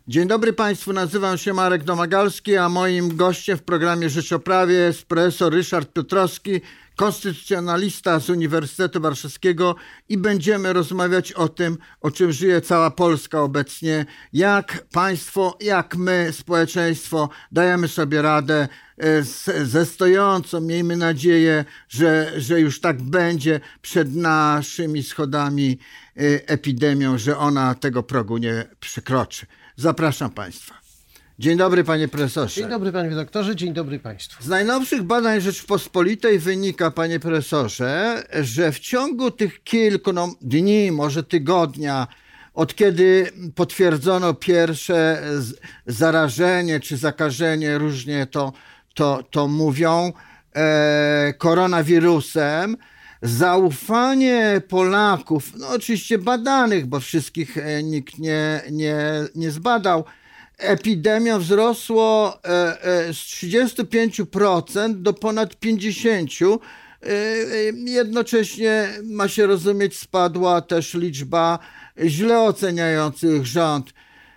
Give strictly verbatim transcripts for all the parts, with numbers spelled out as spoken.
Dzień dobry Państwu, nazywam się Marek Domagalski, a moim gościem w programie Rzecz o Prawie jest profesor Ryszard Piotrowski, konstytucjonalista z Uniwersytetu Warszawskiego i będziemy rozmawiać o tym, o czym żyje cała Polska obecnie, jak państwo, jak my, społeczeństwo, dajemy sobie radę z, ze stojącą, miejmy nadzieję, że, że już tak będzie przed naszymi schodami epidemią, że ona tego progu nie przekroczy. Zapraszam Państwa. Dzień dobry Panie Profesorze. Dzień dobry Panie Doktorze, dzień dobry Państwu. Z najnowszych badań Rzeczpospolitej wynika, Panie Profesorze, że w ciągu tych kilku no, dni, może tygodnia, od kiedy potwierdzono pierwsze zarażenie czy zakażenie, różnie to, to, to mówią, e, koronawirusem, zaufanie Polaków, no oczywiście badanych, bo wszystkich nikt nie, nie, nie zbadał, epidemią wzrosło z trzydziestu pięciu procent do ponad pięćdziesięciu procent. Jednocześnie, ma się rozumieć, spadła też liczba źle oceniających rząd.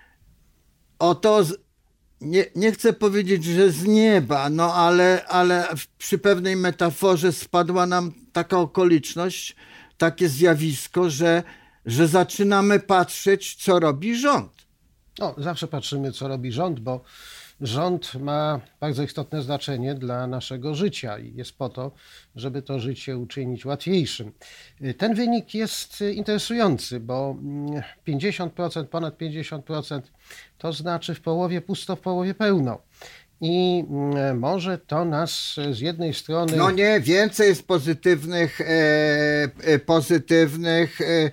Oto z, nie, nie chcę powiedzieć, że z nieba, no ale, ale przy pewnej metaforze spadła nam taka okoliczność, takie zjawisko, że, że zaczynamy patrzeć, co robi rząd. No, zawsze patrzymy, co robi rząd, bo rząd ma bardzo istotne znaczenie dla naszego życia i jest po to, żeby to życie uczynić łatwiejszym. Ten wynik jest interesujący, bo pięćdziesiąt procent, ponad pięćdziesiąt procent to znaczy w połowie pusto, w połowie pełno. I może to nas z jednej strony... No nie, więcej jest pozytywnych, e, pozytywnych e,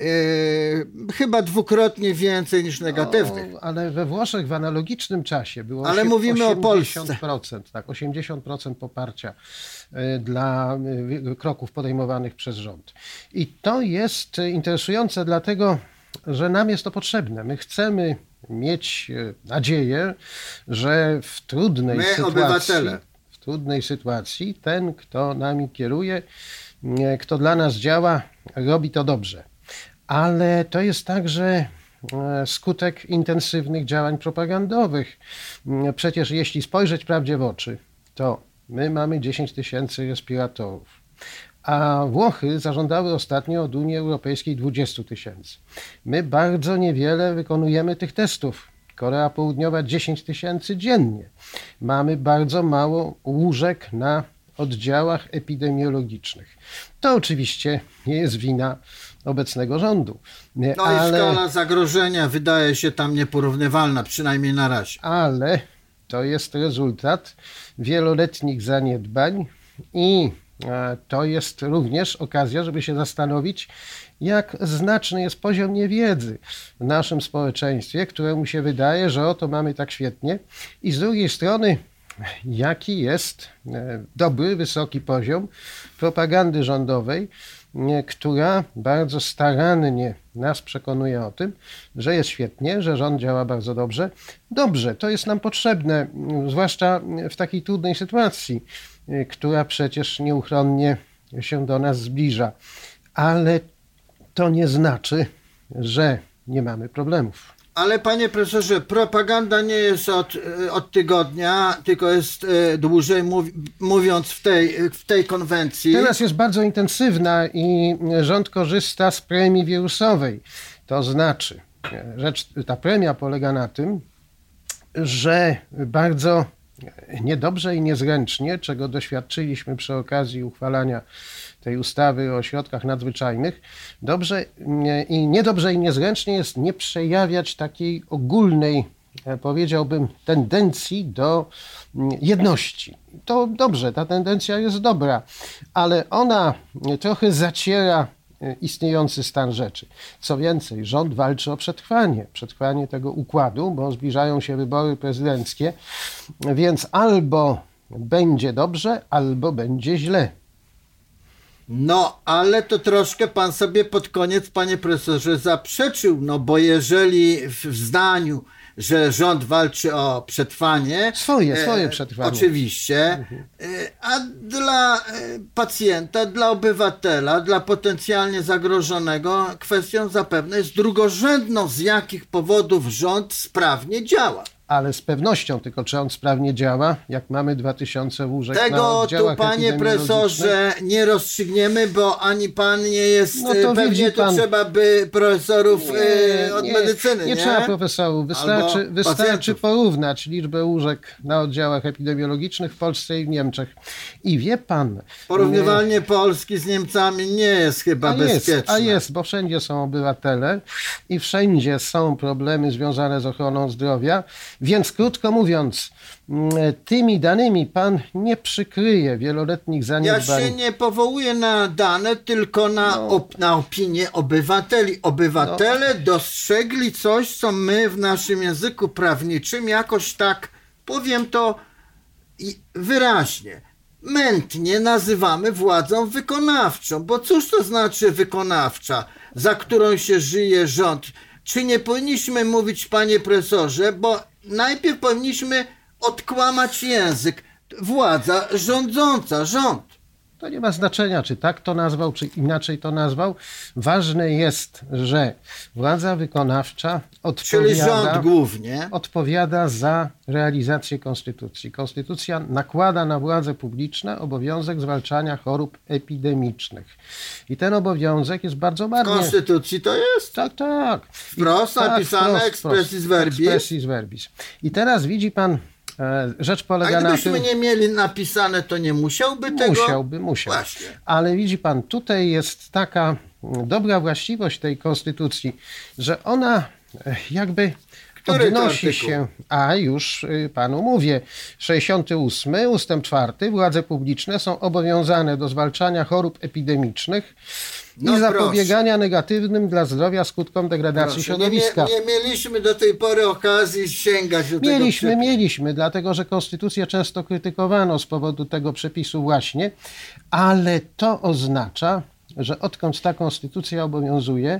e, chyba dwukrotnie więcej niż negatywnych. No, ale we Włoszech w analogicznym czasie było ale mówimy osiemdziesiąt procent, o Polsce. tak, osiemdziesiąt procent poparcia dla kroków podejmowanych przez rząd. I to jest interesujące dlatego, że nam jest to potrzebne. My chcemy mieć nadzieję, że w trudnej My, sytuacji, obywatele. w trudnej sytuacji ten, kto nami kieruje, kto dla nas działa, robi to dobrze. Ale to jest także skutek intensywnych działań propagandowych. Przecież jeśli spojrzeć prawdzie w oczy, to my mamy dziesięć tysięcy respiratorów. A Włochy zażądały ostatnio od Unii Europejskiej dwadzieścia tysięcy. My bardzo niewiele wykonujemy tych testów. Korea Południowa dziesięć tysięcy dziennie. Mamy bardzo mało łóżek na oddziałach epidemiologicznych. To oczywiście nie jest wina obecnego rządu. No ale, i skala zagrożenia wydaje się tam nieporównywalna, przynajmniej na razie. Ale to jest rezultat wieloletnich zaniedbań i to jest również okazja, żeby się zastanowić, jak znaczny jest poziom niewiedzy w naszym społeczeństwie, któremu się wydaje, że oto mamy tak świetnie, i z drugiej strony, jaki jest dobry, wysoki poziom propagandy rządowej, która bardzo starannie nas przekonuje o tym, że jest świetnie, że rząd działa bardzo dobrze. Dobrze, to jest nam potrzebne, zwłaszcza w takiej trudnej sytuacji, która przecież nieuchronnie się do nas zbliża. Ale to nie znaczy, że nie mamy problemów. Ale panie profesorze, propaganda nie jest od, od tygodnia, tylko jest dłużej, mówiąc w tej, w tej konwencji. Teraz jest bardzo intensywna i rząd korzysta z premii wirusowej. To znaczy, rzecz, ta premia polega na tym, że bardzo niedobrze i niezręcznie, czego doświadczyliśmy przy okazji uchwalania tej ustawy o środkach nadzwyczajnych, dobrze i niedobrze i niezręcznie jest nie przejawiać takiej ogólnej, powiedziałbym, tendencji do jedności. To dobrze, ta tendencja jest dobra, ale ona trochę zaciera istniejący stan rzeczy. Co więcej, rząd walczy o przetrwanie, przetrwanie tego układu, bo zbliżają się wybory prezydenckie, więc albo będzie dobrze, albo będzie źle. No, ale to troszkę pan sobie pod koniec, panie profesorze, zaprzeczył, no bo jeżeli w w zdaniu, że rząd walczy o przetrwanie... Swoje, swoje przetrwanie. Oczywiście, mhm. a dla e, pacjenta, dla obywatela, dla potencjalnie zagrożonego kwestią zapewne jest drugorzędną, z jakich powodów rząd sprawnie działa. Ale z pewnością, tylko czy on sprawnie działa, jak mamy dwa tysiące łóżek na Tego oddziałach tu, panie profesorze, nie rozstrzygniemy, bo ani pan nie jest, no to pewnie tu pan... trzeba by profesorów nie, y, od nie, medycyny, nie? Nie trzeba profesorów, wystarczy, wystarczy porównać liczbę łóżek na oddziałach epidemiologicznych w Polsce i w Niemczech. I wie pan... Porównywanie nie... Polski z Niemcami nie jest chyba a bezpieczne. Jest, a jest, bo wszędzie są obywatele i wszędzie są problemy związane z ochroną zdrowia. Więc krótko mówiąc, tymi danymi pan nie przykryje wieloletnich zaniedbań. Ja się nie powołuję na dane, tylko na, no. op- na opinię obywateli. Obywatele no. dostrzegli coś, co my w naszym języku prawniczym jakoś tak, powiem to wyraźnie, mętnie nazywamy władzą wykonawczą. Bo cóż to znaczy wykonawcza, za którą się żyje rząd? Czy nie powinniśmy mówić, panie profesorze, bo najpierw powinniśmy odkłamać język. Władza rządząca, rząd. To nie ma znaczenia, czy tak to nazwał, czy inaczej to nazwał. Ważne jest, że władza wykonawcza odpowiada, czyli rząd głównie, odpowiada za realizację konstytucji. Konstytucja nakłada na władze publiczne obowiązek zwalczania chorób epidemicznych. I ten obowiązek jest bardzo marnie... W konstytucji to jest? Tak, tak. Wprost tak, napisane wprost, expressis verbis. Expressis verbis. I teraz widzi pan, rzecz polega na tym... A gdybyśmy nie mieli napisane, to nie musiałby tego? Musiałby, musiał. Właśnie. Ale widzi pan, tutaj jest taka dobra właściwość tej konstytucji, że ona jakby Który odnosi się, a już panu mówię, sześćdziesiąty ósmy ustęp czwarty, władze publiczne są obowiązane do zwalczania chorób epidemicznych no i zapobiegania proszę. negatywnym dla zdrowia skutkom degradacji proszę. środowiska. Nie, nie mieliśmy do tej pory okazji sięgać do mieliśmy, tego Mieliśmy, dlatego że konstytucję często krytykowano z powodu tego przepisu właśnie, ale to oznacza, że odkąd ta konstytucja obowiązuje,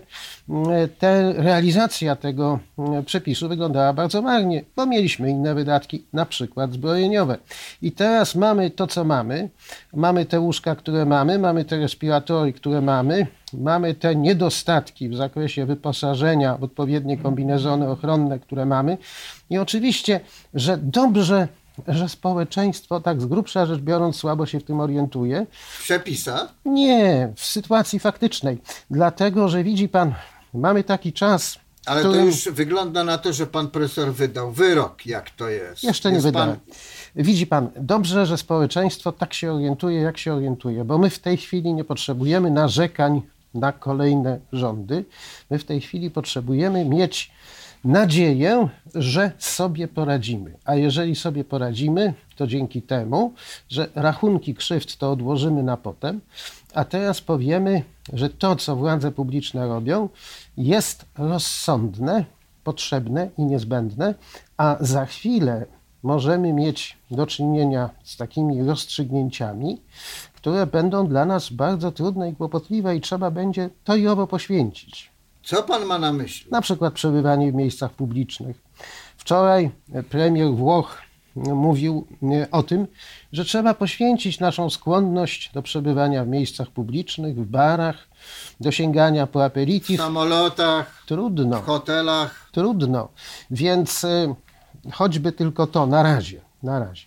te, realizacja tego przepisu wyglądała bardzo marnie, bo mieliśmy inne wydatki, na przykład zbrojeniowe. I teraz mamy to, co mamy. Mamy te łóżka, które mamy, mamy te respiratory, które mamy, mamy te niedostatki w zakresie wyposażenia w odpowiednie kombinezony ochronne, które mamy. I oczywiście, że dobrze, że społeczeństwo, tak z grubsza rzecz biorąc, słabo się w tym orientuje. W przepisach? Nie, w sytuacji faktycznej. Dlatego, że widzi pan, mamy taki czas... Ale którym... to już wygląda na to, że pan profesor wydał wyrok, jak to jest. Jeszcze nie jest wydałem. Pan... Widzi pan, dobrze, że społeczeństwo tak się orientuje, jak się orientuje, bo my w tej chwili nie potrzebujemy narzekań na kolejne rządy. My w tej chwili potrzebujemy mieć nadzieję, że sobie poradzimy. A jeżeli sobie poradzimy, to dzięki temu, że rachunki krzywd to odłożymy na potem, a teraz powiemy, że to, co władze publiczne robią, jest rozsądne, potrzebne i niezbędne, a za chwilę możemy mieć do czynienia z takimi rozstrzygnięciami, które będą dla nas bardzo trudne i kłopotliwe i trzeba będzie to i owo poświęcić. Co pan ma na myśli? Na przykład przebywanie w miejscach publicznych. Wczoraj premier Włoch mówił o tym, że trzeba poświęcić naszą skłonność do przebywania w miejscach publicznych, w barach, do sięgania po aperitif. W samolotach, trudno, w hotelach. Trudno, więc y, choćby tylko to, na razie, na razie.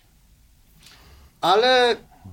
Ale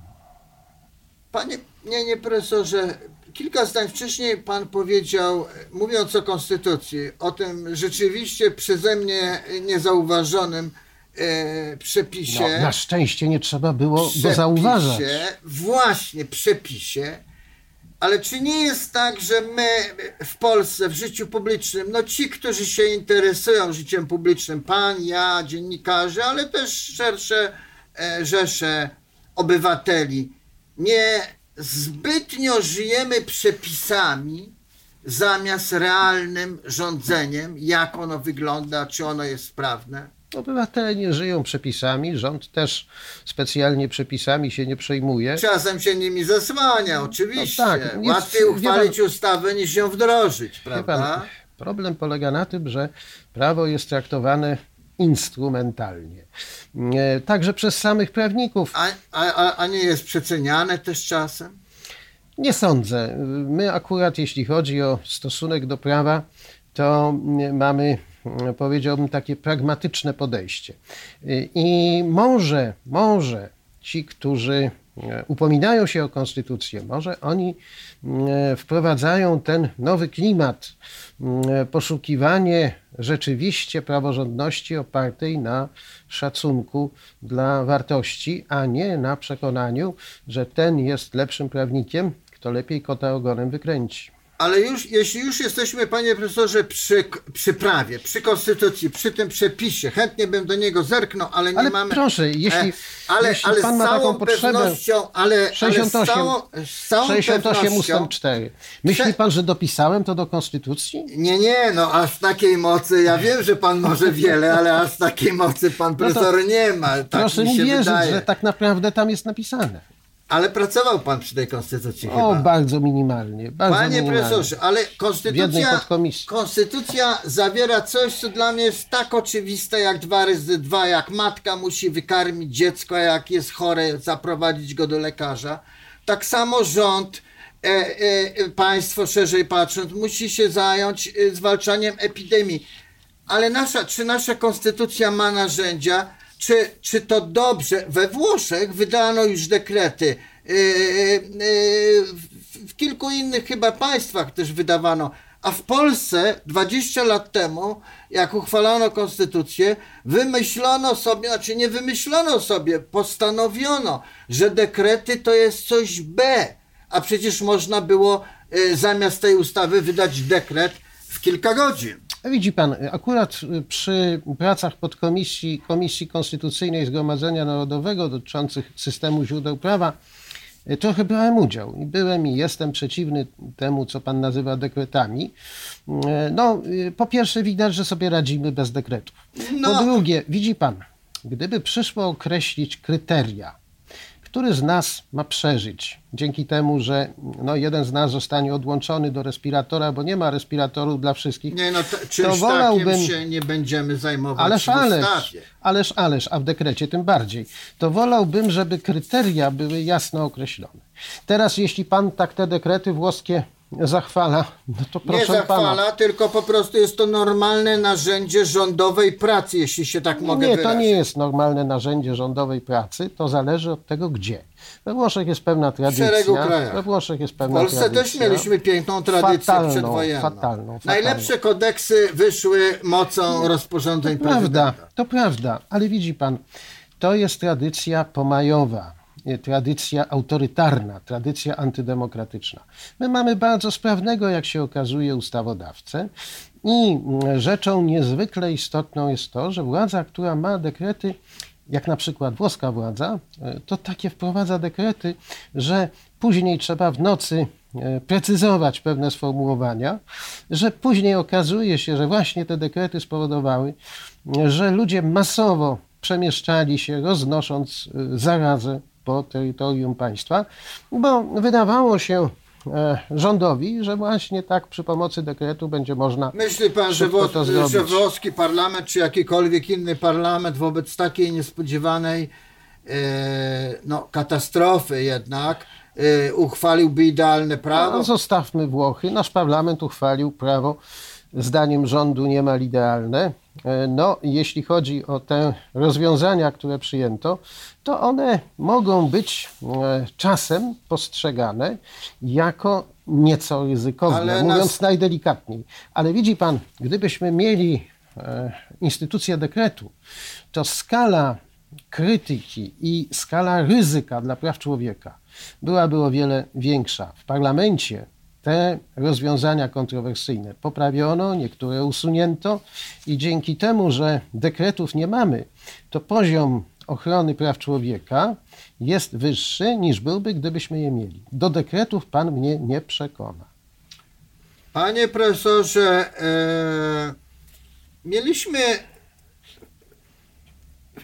panie, nie, nie profesorze, kilka zdań wcześniej pan powiedział, mówiąc o konstytucji, o tym rzeczywiście przeze mnie niezauważonym e, przepisie. No, na szczęście nie trzeba było go zauważać. Właśnie, przepisie. Ale czy nie jest tak, że my w Polsce, w życiu publicznym, no ci, którzy się interesują życiem publicznym, pan, ja, dziennikarze, ale też szersze e, rzesze obywateli, nie zbytnio żyjemy przepisami zamiast realnym rządzeniem, jak ono wygląda, czy ono jest sprawne? Obywatele nie żyją przepisami, rząd też specjalnie przepisami się nie przejmuje. Czasem się nimi zasłania, oczywiście. No tak, jest- Łatwiej wie uchwalić pan- ustawę niż ją wdrożyć, Wie pan, prawda? problem polega na tym, że prawo jest traktowane instrumentalnie. E, Także przez samych prawników. A, a, a- a nie jest przeceniane też czasem? Nie sądzę. My akurat, jeśli chodzi o stosunek do prawa, to mamy, powiedziałbym, takie pragmatyczne podejście. I może, może ci, którzy upominają się o konstytucję, może oni wprowadzają ten nowy klimat, poszukiwanie rzeczywiście praworządności opartej na szacunku dla wartości, a nie na przekonaniu, że ten jest lepszym prawnikiem, kto lepiej kota ogonem wykręci. Ale już, jeśli już jesteśmy, panie profesorze, przy, przy prawie, przy konstytucji, przy tym przepisie, chętnie bym do niego zerknął, ale nie Ale mamy... proszę, jeśli, e, ale, jeśli ale pan z ma całą taką potrzebę, pewnością, ale, ale z sześćdziesiąt osiem, całą, z całą sześćdziesiąt osiem pewnością... ustęp cztery. Myśli Prze- pan, że dopisałem to do konstytucji? Nie, nie, no aż takiej mocy, ja wiem, że pan może wiele, ale aż takiej mocy pan profesor nie ma, tak Proszę mi mi się wierzyć, wydaje. że tak naprawdę tam jest napisane. Ale pracował pan przy tej konstytucji O, chyba. bardzo minimalnie. Bardzo Panie minimalnie. profesorze, ale W jednej konstytucja, podkomisji. konstytucja zawiera coś, co dla mnie jest tak oczywiste jak dwa razy dwa, jak matka musi wykarmić dziecko, jak jest chore, zaprowadzić go do lekarza. Tak samo rząd, e, e, państwo szerzej patrząc, musi się zająć e, zwalczaniem epidemii. Ale nasza, czy nasza konstytucja ma narzędzia? Czy, czy to dobrze? We Włoszech wydano już dekrety. Yy, yy, w, w kilku innych chyba państwach też wydawano. A w Polsce dwadzieścia lat temu, jak uchwalono konstytucję, wymyślono sobie, znaczy nie wymyślono sobie, postanowiono, że dekrety to jest coś B. A przecież można było yy, zamiast tej ustawy wydać dekret w kilka godzin. Widzi pan, akurat przy pracach podkomisji Komisji Konstytucyjnej Zgromadzenia Narodowego dotyczących systemu źródeł prawa trochę brałem udział i byłem i jestem przeciwny temu, co pan nazywa dekretami. No, po pierwsze widać, że sobie radzimy bez dekretów. No. Po drugie, widzi pan, gdyby przyszło określić kryteria, który z nas ma przeżyć dzięki temu, że no, jeden z nas zostanie odłączony do respiratora, bo nie ma respiratorów dla wszystkich. Nie no, to, czymś wolałbym- takim się nie będziemy zajmować Ależ, w ależ, ustawie. ależ, ależ, a w dekrecie tym bardziej. To wolałbym, żeby kryteria były jasno określone. Teraz, jeśli pan tak te dekrety włoskie zachwala, no to Nie proszę zachwala, pana. tylko po prostu jest to normalne narzędzie rządowej pracy, jeśli się tak mogę Nie, to wyrazić. nie jest normalne narzędzie rządowej pracy, to zależy od tego gdzie. We Włoszech jest pewna tradycja. szeregu krajach. We Włoszech jest W pewna Polsce tradycja. też mieliśmy piękną tradycję Fatalną, przedwojenną. fatalną, fatalną. Najlepsze kodeksy wyszły mocą rozporządzeń Prawda, prezydenta. to prawda, ale widzi pan, to jest tradycja pomajowa, nie, tradycja autorytarna, tradycja antydemokratyczna. My mamy bardzo sprawnego, jak się okazuje, ustawodawcę i mm, rzeczą niezwykle istotną jest to, że władza, która ma dekrety, jak na przykład włoska władza, e, to takie wprowadza dekrety, że później trzeba w nocy e, precyzować pewne sformułowania, że później okazuje się, że właśnie te dekrety spowodowały, e, że ludzie masowo przemieszczali się, roznosząc e, zarazę po terytorium państwa, bo wydawało się e, rządowi, że właśnie tak przy pomocy dekretu będzie można Myśli pan, że, szybko włos, to że zrobić. włoski parlament, czy jakikolwiek inny parlament wobec takiej niespodziewanej e, no, katastrofy jednak e, uchwaliłby idealne prawo? No, zostawmy Włochy. Nasz parlament uchwalił prawo, zdaniem rządu niemal idealne. E, No, jeśli chodzi o te rozwiązania, które przyjęto, to one mogą być e, czasem postrzegane jako nieco ryzykowne, Ale mówiąc nas- najdelikatniej. Ale widzi pan, gdybyśmy mieli e, instytucję dekretu, to skala krytyki i skala ryzyka dla praw człowieka byłaby o wiele większa. W parlamencie te rozwiązania kontrowersyjne poprawiono, niektóre usunięto i dzięki temu, że dekretów nie mamy, to poziom ochrony praw człowieka jest wyższy niż byłby, gdybyśmy je mieli. Do dekretów pan mnie nie przekona. Panie profesorze, e, mieliśmy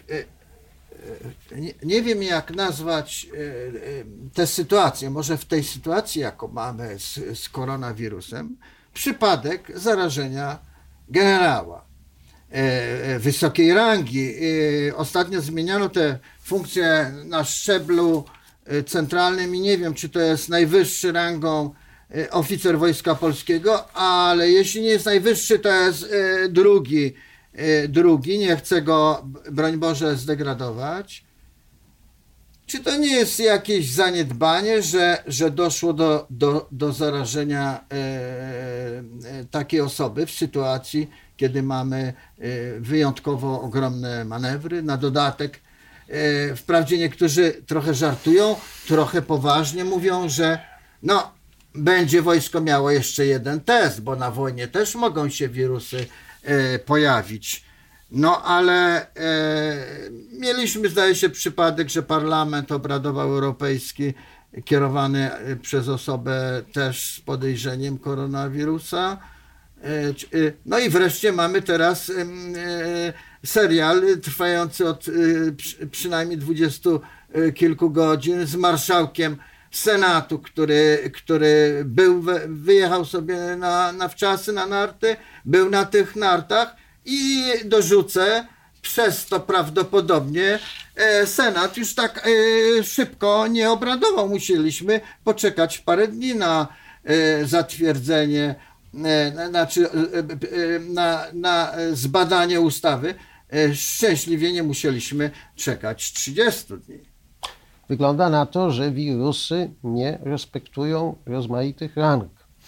nie, nie wiem jak nazwać tę sytuację. Może w tej sytuacji, jaką mamy z, z koronawirusem, przypadek zarażenia generała wysokiej rangi. Ostatnio zmieniano te funkcje na szczeblu centralnym i nie wiem, czy to jest najwyższy rangą oficer Wojska Polskiego, ale jeśli nie jest najwyższy, to jest drugi, drugi. Nie chcę go, broń Boże, zdegradować. Czy to nie jest jakieś zaniedbanie, że, że doszło do, do, do zarażenia e, e, takiej osoby w sytuacji, kiedy mamy e, wyjątkowo ogromne manewry? Na dodatek, e, wprawdzie niektórzy trochę żartują, trochę poważnie mówią, że no, będzie wojsko miało jeszcze jeden test, bo na wojnie też mogą się wirusy e, pojawić. No ale e, mieliśmy, zdaje się, przypadek, że Parlament Obradował Europejski kierowany przez osobę też z podejrzeniem koronawirusa. E, e, no i wreszcie mamy teraz e, serial trwający od e, przy, przynajmniej dwudziestu kilku godzin z marszałkiem Senatu, który, który był, wyjechał sobie na, na wczasy, na narty, był na tych nartach i dorzucę, przez to prawdopodobnie Senat już tak szybko nie obradował. Musieliśmy poczekać parę dni na zatwierdzenie, znaczy na, na zbadanie ustawy. Szczęśliwie nie musieliśmy czekać trzydziestu dni. Wygląda na to, że wirusy nie respektują rozmaitych rang.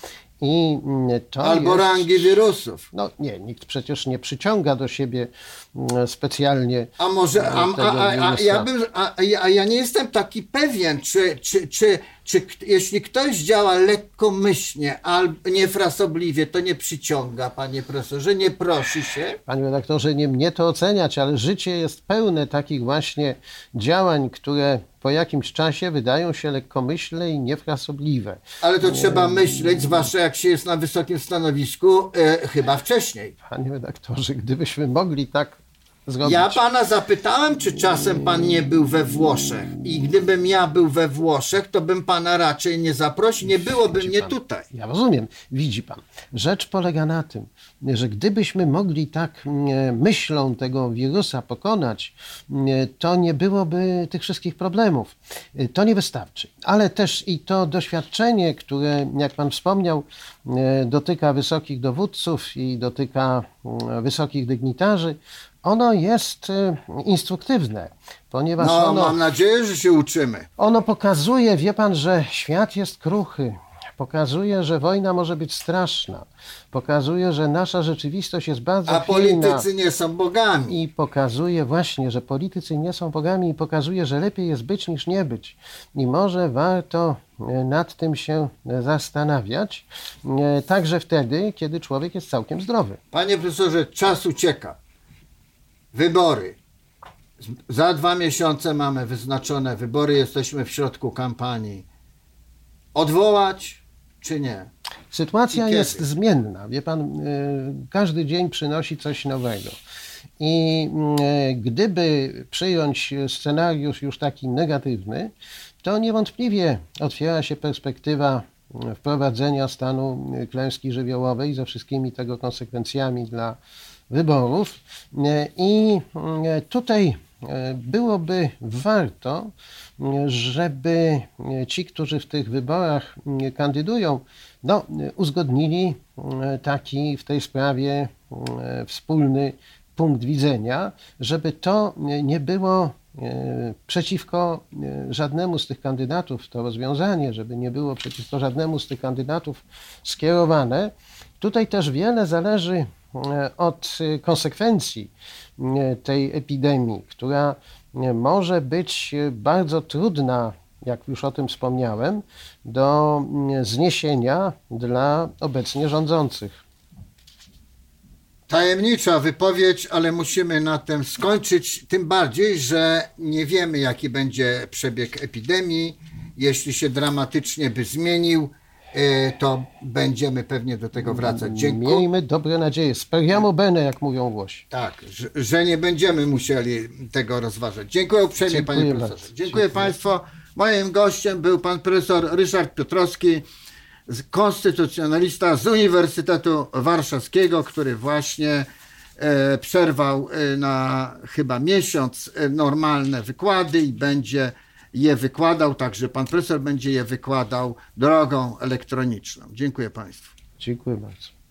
I to Albo jest, rangi wirusów. No nie, nikt przecież nie przyciąga do siebie specjalnie. A może, a, a, a, a, ja, bym, a, a ja nie jestem taki pewien, czy, czy, czy, czy jeśli ktoś działa lekkomyślnie albo niefrasobliwie, to nie przyciąga, panie profesorze, nie prosi się? Panie redaktorze, nie mnie to oceniać, ale życie jest pełne takich właśnie działań, które po jakimś czasie wydają się lekkomyślne i niefrasobliwe. Ale to trzeba myśleć, zwłaszcza jak się jest na wysokim stanowisku, e, chyba wcześniej. Panie redaktorze, gdybyśmy mogli tak zrobić. Ja pana zapytałem, czy czasem pan nie był we Włoszech. I gdybym ja był we Włoszech, to bym pana raczej nie zaprosił, nie byłoby Widzi mnie pan, tutaj. Ja rozumiem, widzi pan. Rzecz polega na tym, że gdybyśmy mogli tak myślą tego wirusa pokonać, to nie byłoby tych wszystkich problemów. To nie wystarczy. Ale też i to doświadczenie, które, jak pan wspomniał, dotyka wysokich dowódców i dotyka wysokich dygnitarzy, ono jest instruktywne, ponieważ No, ono, mam nadzieję, że się uczymy. ono pokazuje, wie pan, że świat jest kruchy, pokazuje, że wojna może być straszna, pokazuje, że nasza rzeczywistość jest bardzo A chwiejna. politycy nie są bogami. I pokazuje właśnie, że politycy nie są bogami i pokazuje, że lepiej jest być niż nie być. I może warto nad tym się zastanawiać, także wtedy, kiedy człowiek jest całkiem zdrowy. Panie profesorze, czas ucieka. Wybory. Za dwa miesiące mamy wyznaczone wybory, jesteśmy w środku kampanii. Odwołać czy nie? Sytuacja jest zmienna. Wie pan, każdy dzień przynosi coś nowego. I gdyby przyjąć scenariusz już taki negatywny, to niewątpliwie otwiera się perspektywa wprowadzenia stanu klęski żywiołowej ze wszystkimi tego konsekwencjami dla wyborów. I tutaj byłoby warto, żeby ci, którzy w tych wyborach kandydują, no, uzgodnili taki w tej sprawie wspólny punkt widzenia, żeby to nie było przeciwko żadnemu z tych kandydatów, to rozwiązanie, żeby nie było przeciwko żadnemu z tych kandydatów skierowane. Tutaj też wiele zależy od konsekwencji tej epidemii, która może być bardzo trudna, jak już o tym wspomniałem, do zniesienia dla obecnie rządzących. Tajemnicza wypowiedź, ale musimy na tym skończyć, tym bardziej, że nie wiemy, jaki będzie przebieg epidemii. Jeśli się dramatycznie by zmienił, to będziemy pewnie do tego wracać. Dziękuję. Miejmy dobre nadzieje. Speriamo bene, jak mówią Włosi. Tak, że, że nie będziemy musieli tego rozważać. Dziękuję uprzejmie, Dziękuję panie bardzo. profesorze. Dziękuję, Dziękuję państwu. Moim gościem był pan profesor Ryszard Piotrowski, konstytucjonalista z Uniwersytetu Warszawskiego, który właśnie e, przerwał e, na chyba miesiąc e, normalne wykłady i będzie je wykładał, także pan profesor będzie je wykładał drogą elektroniczną. Dziękuję państwu. Dziękuję bardzo.